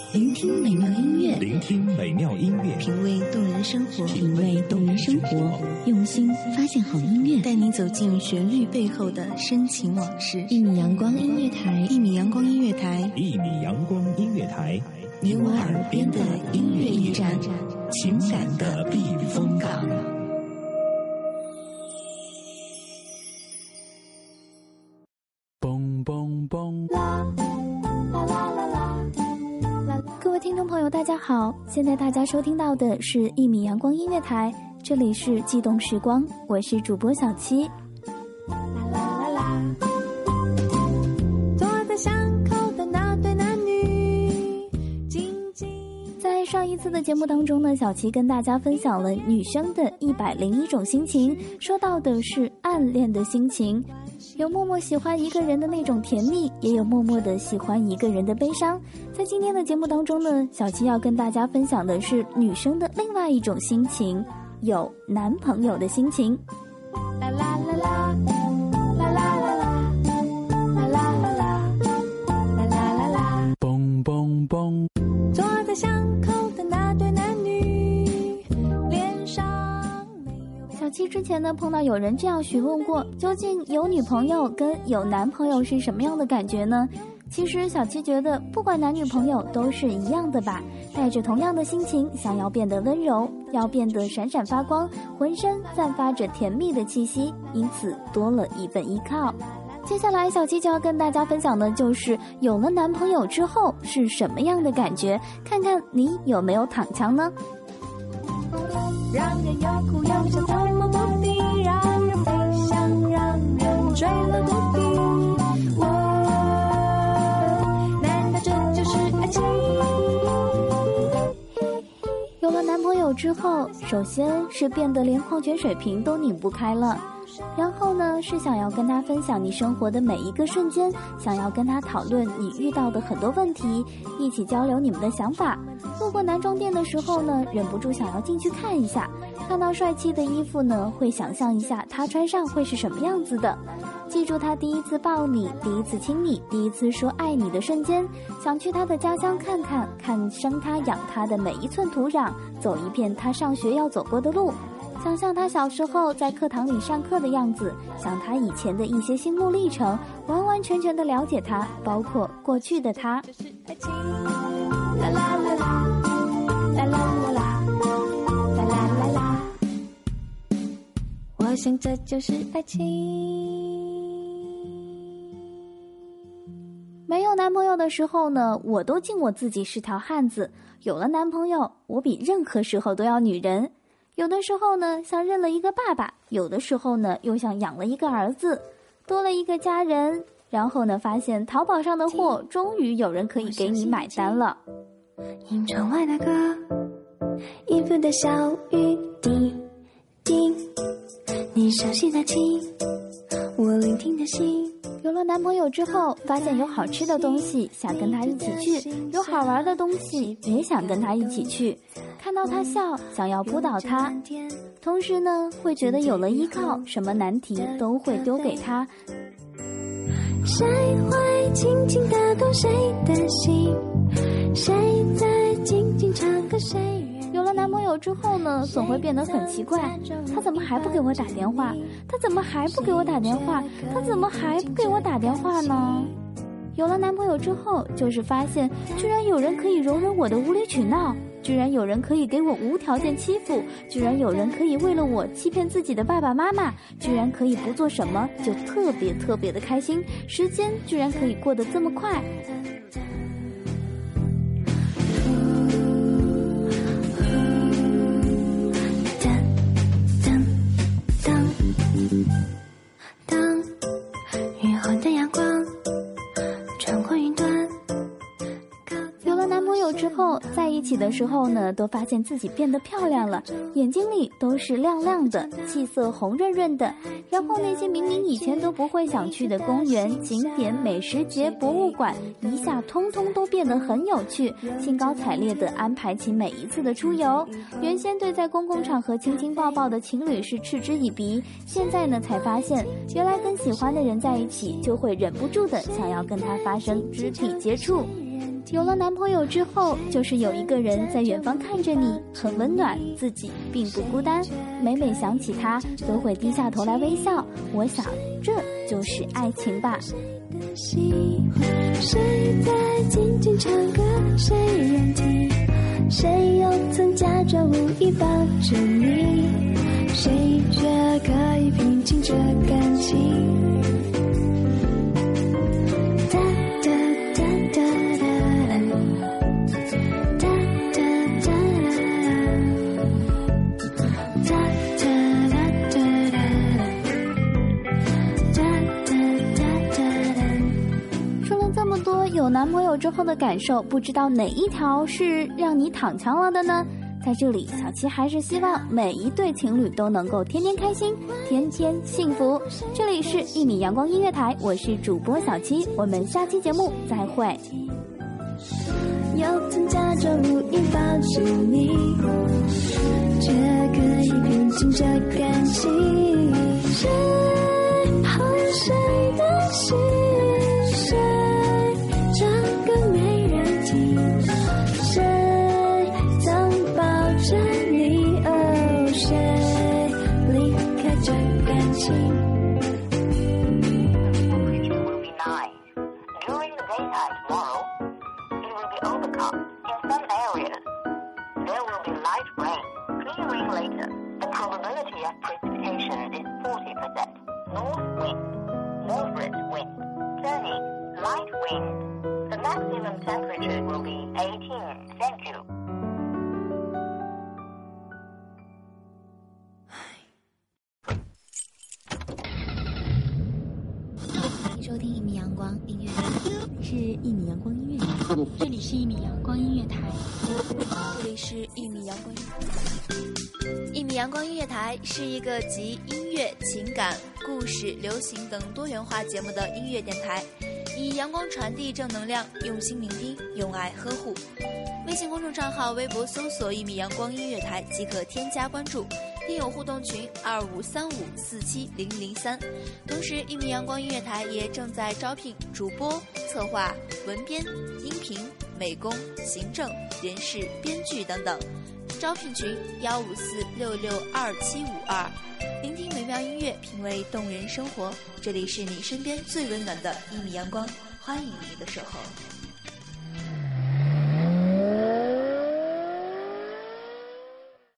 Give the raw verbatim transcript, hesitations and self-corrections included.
聆听美妙音乐， 聆听美妙音乐， 品味动人生活，品味动人生活，用心发现好音乐， 带你走进旋律背后的深情往事。 一米阳光音乐台， 一米阳光音乐台， 一米阳光音乐台， 你我耳边的音乐驿站， 情感的避风港。 嘣嘣嘣！ 各位听众朋友大家好，现在大家收听到的是一米阳光音乐台，这里是悸动时光，我是主播小七。啦啦啦啦，坐在巷口的那对男女，静静。在上一次的节目当中呢，小七跟大家分享了女生的一百零一种心情，说到的是暗恋的心情，有默默喜欢一个人的那种甜蜜，也有默默的喜欢一个人的悲伤。在今天的节目当中呢，小七要跟大家分享的是女生的另外一种心情，有男朋友的心情。啦啦啦啦，啦啦啦啦，啦啦啦啦，啦啦啦啦， 嘣嘣嘣！ 坐在巷口的那对男女，脸上没有。小七之前呢碰到有人这样询问过，究竟有女朋友跟有男朋友是什么样的感觉呢？其实小七觉得不管男女朋友都是一样的吧，带着同样的心情，想要变得温柔，要变得闪闪发光，浑身散发着甜蜜的气息，因此多了一份依靠。接下来小七就要跟大家分享的就是有了男朋友之后是什么样的感觉，看看你有没有躺枪呢？让人又哭又笑，怎么目的让人飞翔，让人坠落谷底。我难道这就是爱情？有了男朋友之后，首先是变得连矿泉水瓶都拧不开了，然后呢是想要跟他分享你生活的每一个瞬间，想要跟他讨论你遇到的很多问题，一起交流你们的想法。路过男装店的时候呢，忍不住想要进去看一下，看到帅气的衣服呢，会想象一下他穿上会是什么样子的，记住他第一次抱你，第一次亲你，第一次说爱你的瞬间，想去他的家乡看看，看生他养他的每一寸土壤，走一遍他上学要走过的路，想象他小时候在课堂里上课的样子，想他以前的一些心路历程，完完全全的了解他，包括过去的他。啦啦啦啦，啦啦啦啦，啦啦啦啦，我想这就是爱情。没有男朋友的时候呢，我都敬我自己是条汉子，有了男朋友，我比任何时候都要女人。有的时候呢像认了一个爸爸，有的时候呢又像养了一个儿子，多了一个家人，然后呢发现淘宝上的货终于有人可以给你买单了。 迎窗外那个衣服的小雨滴滴，你熟悉的情，我聆听的心。 有了男朋友之后，发现有好吃的东西想跟他一起去，有好玩的东西也想跟他一起去，看到他笑想要扑倒他，同时呢会觉得有了依靠，什么难题都会丢给他。 谁会轻轻地动谁的心，谁在静静唱歌谁。 有了男朋友之后呢，总会变得很奇怪，他怎么还不给我打电话？他怎么还不给我打电话？他怎么还不给我打电话呢？有了男朋友之后，就是发现居然有人可以容忍我的无理取闹，居然有人可以给我无条件欺负，居然有人可以为了我欺骗自己的爸爸妈妈，居然可以不做什么就特别特别的开心，时间居然可以过得这么快。 当雨后的阳光穿过云端， 有了男朋友之后，在一起的时候呢，都发现自己变得漂亮了，眼睛里都是亮亮的，气色红润润的，然后那些明明以前都不会想去的公园、景点、美食节、博物馆，一下通通都变得很有趣，兴高采烈地安排起每一次的出游。原先对在公共场合亲亲抱抱的情侣是嗤之以鼻，现在呢才发现，原来跟喜欢的人在一起，就会忍不住的想要跟他发生肢体接触。 有了男朋友之后，就是有一个人在远方看着你，很温暖，自己并不孤单。每每想起他，都会低下头来微笑。我想，这就是爱情吧。 谁在静静唱歌，谁人听，谁又曾假装无意抱着你，谁却可以平静这感情。 有男朋友之后的感受，不知道哪一条是让你躺枪了的呢？在这里，小七还是希望每一对情侣都能够天天开心，天天幸福。这里是一米阳光音乐台，我是主播小七，我们下期节目再会。 又曾假装无意抱着你，却可以平静这感情。谁好谁的心，谁唱歌没人听，谁曾抱着你，哦，谁离开这感情。 During the daytime tomorrow, it will be overcast in some areas. There will be light rain, clearing later. The probability of precipitation is forty percent. North wind, moderate wind, turning, light wind. The maximum temperature will be eighteen. Thank you. 收听一米阳光音乐台，是一米阳光音乐台，这里是一米阳光音乐台， 这里是一米阳光音乐台。一米阳光音乐台是一个集音乐、情感、故事、流行等多元化节目的音乐电台，以阳光传递正能量，用心聆听，用爱呵护。微信公众账号、微博搜索一米阳光音乐台即可添加关注。听友互动群二五三五四七零零三，同时一米阳光音乐台也正在招聘主播、策划、文编、音频、美工、行政、人事、编剧等等。招聘群幺五四六六二七五二，聆听美妙音乐，品味动人生活。这里是你身边最温暖的一米阳光，欢迎你的守候。